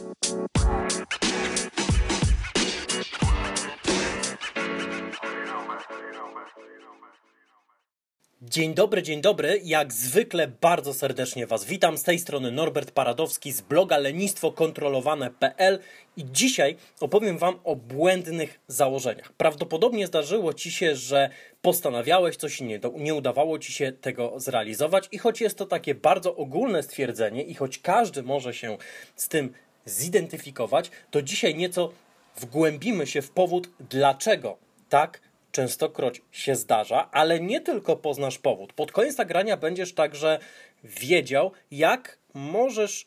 Dzień dobry, jak zwykle bardzo serdecznie Was witam, z tej strony Norbert Paradowski z bloga lenistwokontrolowane.pl i dzisiaj opowiem Wam o błędnych założeniach. Prawdopodobnie zdarzyło Ci się, że postanawiałeś coś i nie udawało Ci się tego zrealizować i choć jest to takie bardzo ogólne stwierdzenie i choć każdy może się z tym zidentyfikować, to dzisiaj nieco wgłębimy się w powód, dlaczego tak częstokroć się zdarza, ale nie tylko poznasz powód. Pod koniec nagrania będziesz także wiedział, jak możesz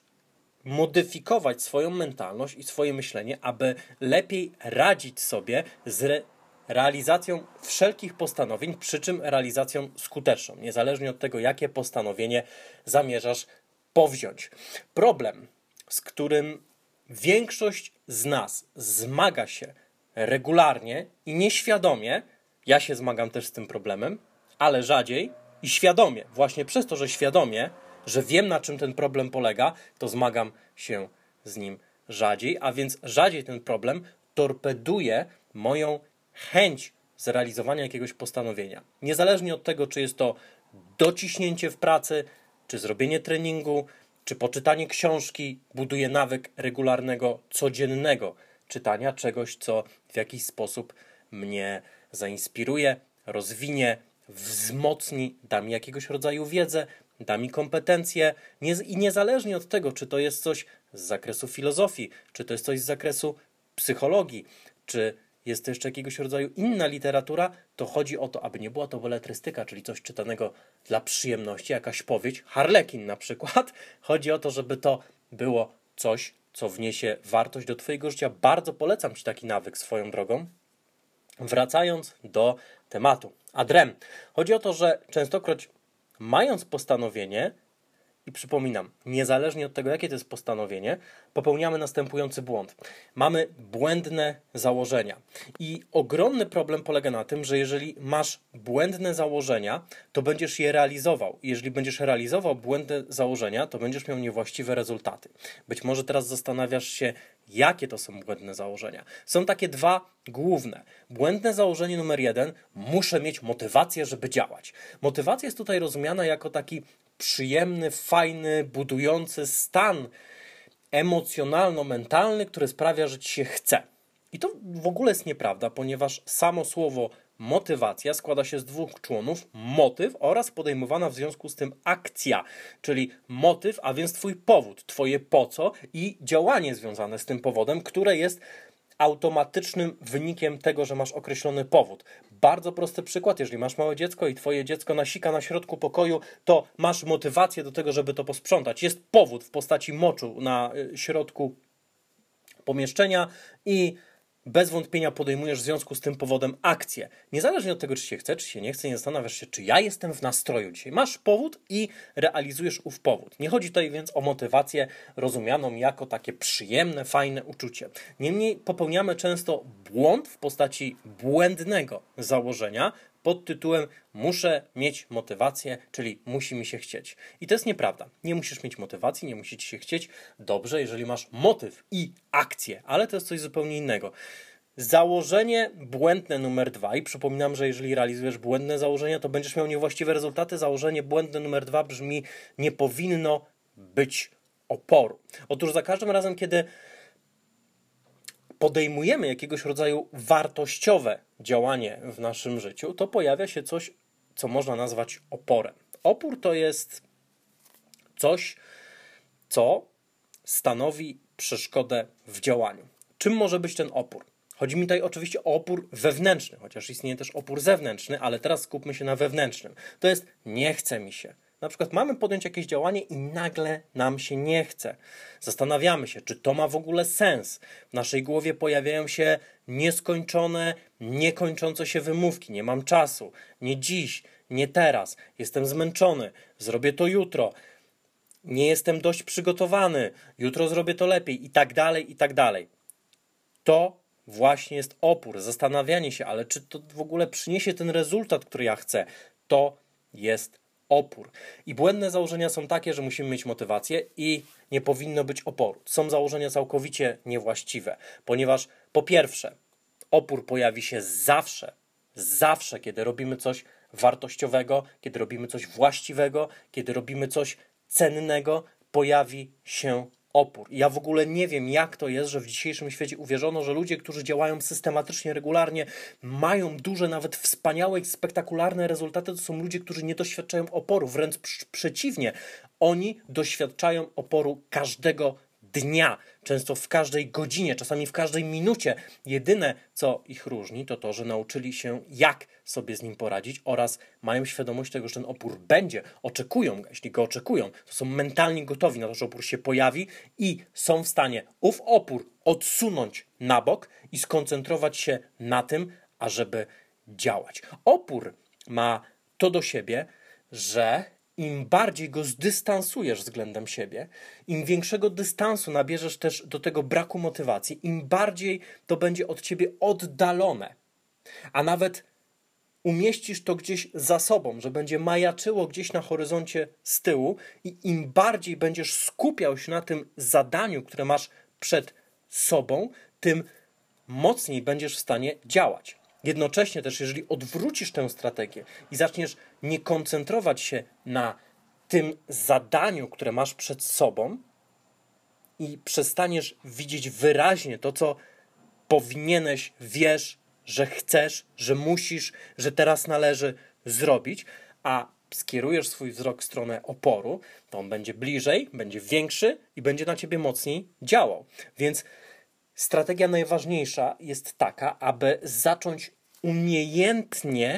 modyfikować swoją mentalność i swoje myślenie, aby lepiej radzić sobie z realizacją wszelkich postanowień, przy czym realizacją skuteczną, niezależnie od tego, jakie postanowienie zamierzasz powziąć. Problem, z którym większość z nas zmaga się regularnie i nieświadomie, ja się zmagam też z tym problemem, ale rzadziej i świadomie, właśnie przez to, że świadomie, że wiem, na czym ten problem polega, to zmagam się z nim rzadziej, a więc rzadziej ten problem torpeduje moją chęć zrealizowania jakiegoś postanowienia. Niezależnie od tego, czy jest to dociśnięcie w pracy, czy zrobienie treningu, czy poczytanie książki, buduje nawyk regularnego, codziennego czytania czegoś, co w jakiś sposób mnie zainspiruje, rozwinie, wzmocni, da mi jakiegoś rodzaju wiedzę, da mi kompetencje i niezależnie od tego, czy to jest coś z zakresu filozofii, czy to jest coś z zakresu psychologii, czy jest to jeszcze jakiegoś rodzaju inna literatura, to chodzi o to, aby nie była to beletrystyka, czyli coś czytanego dla przyjemności, jakaś powieść, Harlekin na przykład. Chodzi o to, żeby to było coś, co wniesie wartość do Twojego życia. Bardzo polecam Ci taki nawyk swoją drogą. Wracając do tematu. Adrem. Chodzi o to, że częstokroć mając postanowienie, i przypominam, niezależnie od tego, jakie to jest postanowienie, popełniamy następujący błąd. Mamy błędne założenia. I ogromny problem polega na tym, że jeżeli masz błędne założenia, to będziesz je realizował. Jeżeli będziesz realizował błędne założenia, to będziesz miał niewłaściwe rezultaty. Być może teraz zastanawiasz się, jakie to są błędne założenia. Są takie dwa główne. Błędne założenie numer 1. Muszę mieć motywację, żeby działać. Motywacja jest tutaj rozumiana jako taki przyjemny, fajny, budujący stan emocjonalno-mentalny, który sprawia, że Ci się chce. I to w ogóle jest nieprawda, ponieważ samo słowo motywacja składa się z dwóch członów, motyw oraz podejmowana w związku z tym akcja, czyli motyw, a więc Twój powód, Twoje po co i działanie związane z tym powodem, które jest automatycznym wynikiem tego, że masz określony powód. Bardzo prosty przykład, jeżeli masz małe dziecko i Twoje dziecko nasika na środku pokoju, to masz motywację do tego, żeby to posprzątać. Jest powód w postaci moczu na środku pomieszczenia i bez wątpienia podejmujesz w związku z tym powodem akcję. Niezależnie od tego, czy się chce, czy się nie chce, nie zastanawiasz się, czy ja jestem w nastroju dzisiaj. Masz powód i realizujesz ów powód. Nie chodzi tutaj więc o motywację rozumianą jako takie przyjemne, fajne uczucie. Niemniej popełniamy często błąd w postaci błędnego założenia pod tytułem muszę mieć motywację, czyli musi mi się chcieć. I to jest nieprawda. Nie musisz mieć motywacji, nie musi Ci się chcieć. Dobrze, jeżeli masz motyw i akcję, ale to jest coś zupełnie innego. Założenie błędne numer 2 i przypominam, że jeżeli realizujesz błędne założenia, to będziesz miał niewłaściwe rezultaty. Założenie błędne numer 2 brzmi: nie powinno być oporu. Otóż za każdym razem, kiedy podejmujemy jakiegoś rodzaju wartościowe działanie w naszym życiu, to pojawia się coś, co można nazwać oporem. Opór to jest coś, co stanowi przeszkodę w działaniu. Czym może być ten opór? Chodzi mi tutaj oczywiście o opór wewnętrzny, chociaż istnieje też opór zewnętrzny, ale teraz skupmy się na wewnętrznym. To jest nie chce mi się. Na przykład mamy podjąć jakieś działanie i nagle nam się nie chce. Zastanawiamy się, czy to ma w ogóle sens. W naszej głowie pojawiają się nieskończone, niekończące się wymówki. Nie mam czasu, nie dziś, nie teraz, jestem zmęczony, zrobię to jutro, nie jestem dość przygotowany, jutro zrobię to lepiej i tak dalej, i tak dalej. To właśnie jest opór, zastanawianie się, ale czy to w ogóle przyniesie ten rezultat, który ja chcę. To jest opór. I błędne założenia są takie, że musimy mieć motywację i nie powinno być oporu. Są założenia całkowicie niewłaściwe, ponieważ po pierwsze, opór pojawi się zawsze, kiedy robimy coś wartościowego, kiedy robimy coś właściwego, kiedy robimy coś cennego, pojawi się opór. Ja w ogóle nie wiem, jak to jest, że w dzisiejszym świecie uwierzono, że ludzie, którzy działają systematycznie, regularnie, mają duże, nawet wspaniałe i spektakularne rezultaty, to są ludzie, którzy nie doświadczają oporu. Wręcz przeciwnie, oni doświadczają oporu każdego dnia, często w każdej godzinie, czasami w każdej minucie. Jedyne, co ich różni, to to, że nauczyli się, jak sobie z nim poradzić oraz mają świadomość tego, że ten opór będzie, oczekują go. Jeśli go oczekują, to są mentalnie gotowi na to, że opór się pojawi i są w stanie ów opór odsunąć na bok i skoncentrować się na tym, ażeby działać. Opór ma to do siebie, że im bardziej go zdystansujesz względem siebie, im większego dystansu nabierzesz też do tego braku motywacji, im bardziej to będzie od ciebie oddalone, a nawet umieścisz to gdzieś za sobą, że będzie majaczyło gdzieś na horyzoncie z tyłu i im bardziej będziesz skupiał się na tym zadaniu, które masz przed sobą, tym mocniej będziesz w stanie działać. Jednocześnie też, jeżeli odwrócisz tę strategię i zaczniesz nie koncentrować się na tym zadaniu, które masz przed sobą i przestaniesz widzieć wyraźnie to, co powinieneś, wiesz, że chcesz, że musisz, że teraz należy zrobić, a skierujesz swój wzrok w stronę oporu, to on będzie bliżej, będzie większy i będzie na ciebie mocniej działał. Więc strategia najważniejsza jest taka, aby zacząć umiejętnie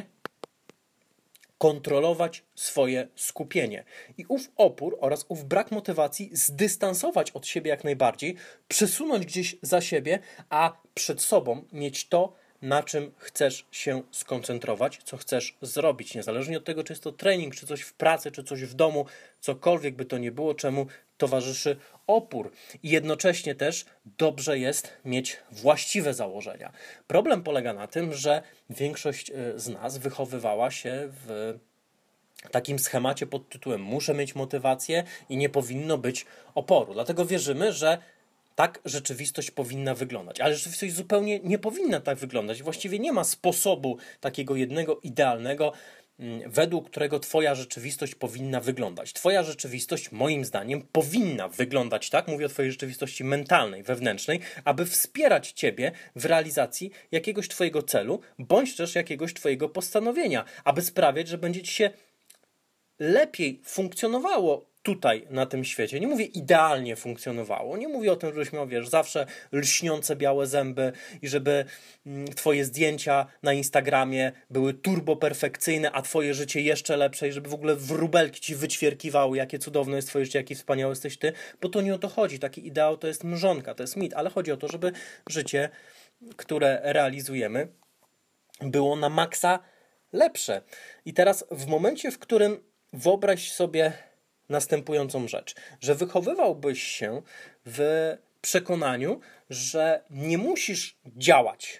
kontrolować swoje skupienie. I ów opór oraz ów brak motywacji zdystansować od siebie jak najbardziej, przesunąć gdzieś za siebie, a przed sobą mieć to, na czym chcesz się skoncentrować, co chcesz zrobić. Niezależnie od tego, czy jest to trening, czy coś w pracy, czy coś w domu, cokolwiek by to nie było, czemu towarzyszy opór. I jednocześnie też dobrze jest mieć właściwe założenia. Problem polega na tym, że większość z nas wychowywała się w takim schemacie pod tytułem muszę mieć motywację i nie powinno być oporu. Dlatego wierzymy, że tak rzeczywistość powinna wyglądać. Ale rzeczywistość zupełnie nie powinna tak wyglądać. Właściwie nie ma sposobu takiego jednego idealnego, według którego twoja rzeczywistość powinna wyglądać. Twoja rzeczywistość, moim zdaniem, powinna wyglądać tak, mówię o twojej rzeczywistości mentalnej, wewnętrznej, aby wspierać ciebie w realizacji jakiegoś twojego celu, bądź też jakiegoś twojego postanowienia, aby sprawiać, że będzie ci się lepiej funkcjonowało tutaj, na tym świecie. Nie mówię idealnie funkcjonowało. Nie mówię o tym, żebyś miał, zawsze lśniące białe zęby i żeby twoje zdjęcia na Instagramie były turboperfekcyjne, a twoje życie jeszcze lepsze i żeby w ogóle wróbelki ci wyćwierkiwały, jakie cudowne jest twoje życie, jaki wspaniały jesteś ty, bo to nie o to chodzi. Taki ideał to jest mrzonka, to jest mit, ale chodzi o to, żeby życie, które realizujemy, było na maksa lepsze. I teraz w momencie, w którym wyobraź sobie następującą rzecz, że wychowywałbyś się w przekonaniu, że nie musisz działać,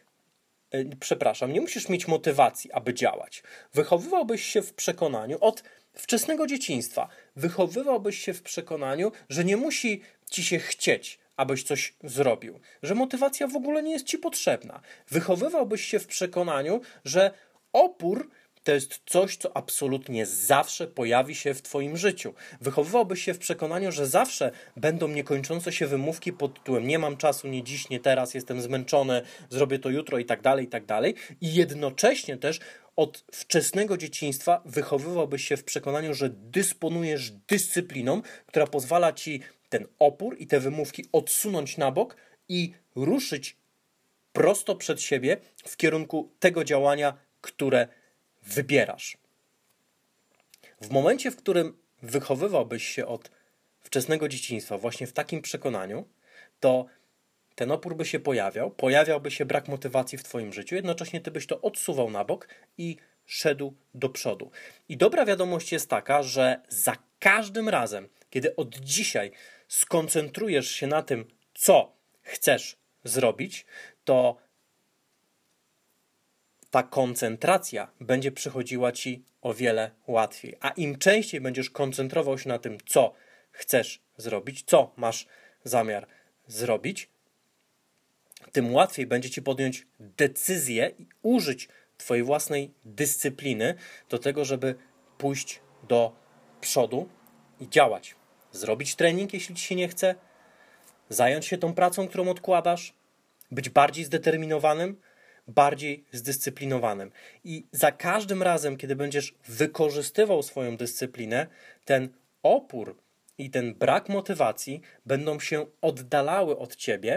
nie musisz mieć motywacji, aby działać. Wychowywałbyś się w przekonaniu od wczesnego dzieciństwa, wychowywałbyś się w przekonaniu, że nie musi ci się chcieć, abyś coś zrobił, że motywacja w ogóle nie jest ci potrzebna. Wychowywałbyś się w przekonaniu, że opór to jest coś, co absolutnie zawsze pojawi się w twoim życiu. Wychowywałbyś się w przekonaniu, że zawsze będą niekończące się wymówki pod tytułem nie mam czasu, nie dziś, nie teraz, jestem zmęczony, zrobię to jutro i tak dalej, i tak dalej. I jednocześnie też od wczesnego dzieciństwa wychowywałbyś się w przekonaniu, że dysponujesz dyscypliną, która pozwala ci ten opór i te wymówki odsunąć na bok i ruszyć prosto przed siebie w kierunku tego działania, które wybierasz. W momencie, w którym wychowywałbyś się od wczesnego dzieciństwa właśnie w takim przekonaniu, to ten opór by się pojawiałby się brak motywacji w twoim życiu, jednocześnie ty byś to odsuwał na bok i szedł do przodu. I dobra wiadomość jest taka, że za każdym razem, kiedy od dzisiaj skoncentrujesz się na tym, co chcesz zrobić, to ta koncentracja będzie przychodziła Ci o wiele łatwiej. A im częściej będziesz koncentrował się na tym, co chcesz zrobić, co masz zamiar zrobić, tym łatwiej będzie Ci podjąć decyzję i użyć Twojej własnej dyscypliny do tego, żeby pójść do przodu i działać. Zrobić trening, jeśli Ci się nie chce, zająć się tą pracą, którą odkładasz, być bardziej zdeterminowanym, bardziej zdyscyplinowanym. I za każdym razem, kiedy będziesz wykorzystywał swoją dyscyplinę, ten opór i ten brak motywacji będą się oddalały od Ciebie,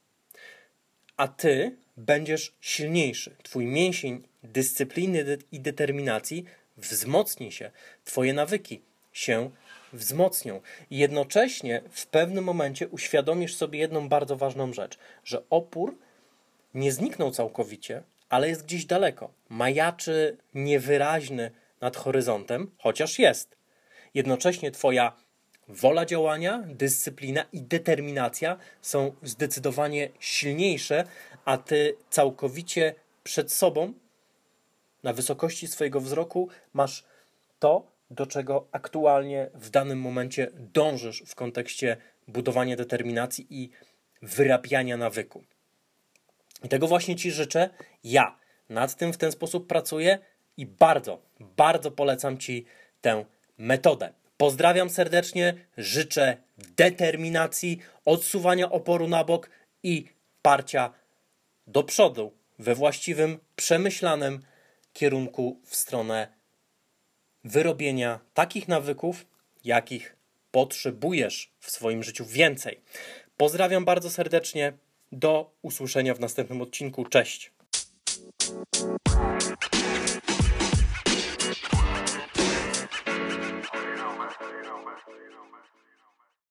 a Ty będziesz silniejszy. Twój mięsień dyscypliny i determinacji wzmocni się. Twoje nawyki się wzmocnią. I jednocześnie w pewnym momencie uświadomisz sobie jedną bardzo ważną rzecz, że opór nie zniknął całkowicie, ale jest gdzieś daleko. Majaczy niewyraźny nad horyzontem, chociaż jest. Jednocześnie Twoja wola działania, dyscyplina i determinacja są zdecydowanie silniejsze, a Ty całkowicie przed sobą, na wysokości swojego wzroku, masz to, do czego aktualnie w danym momencie dążysz w kontekście budowania determinacji i wyrabiania nawyku. I tego właśnie Ci życzę. Ja nad tym w ten sposób pracuję i bardzo, bardzo polecam Ci tę metodę. Pozdrawiam serdecznie, życzę determinacji, odsuwania oporu na bok i parcia do przodu we właściwym, przemyślanym kierunku w stronę wyrobienia takich nawyków, jakich potrzebujesz w swoim życiu więcej. Pozdrawiam bardzo serdecznie. Do usłyszenia w następnym odcinku. Cześć!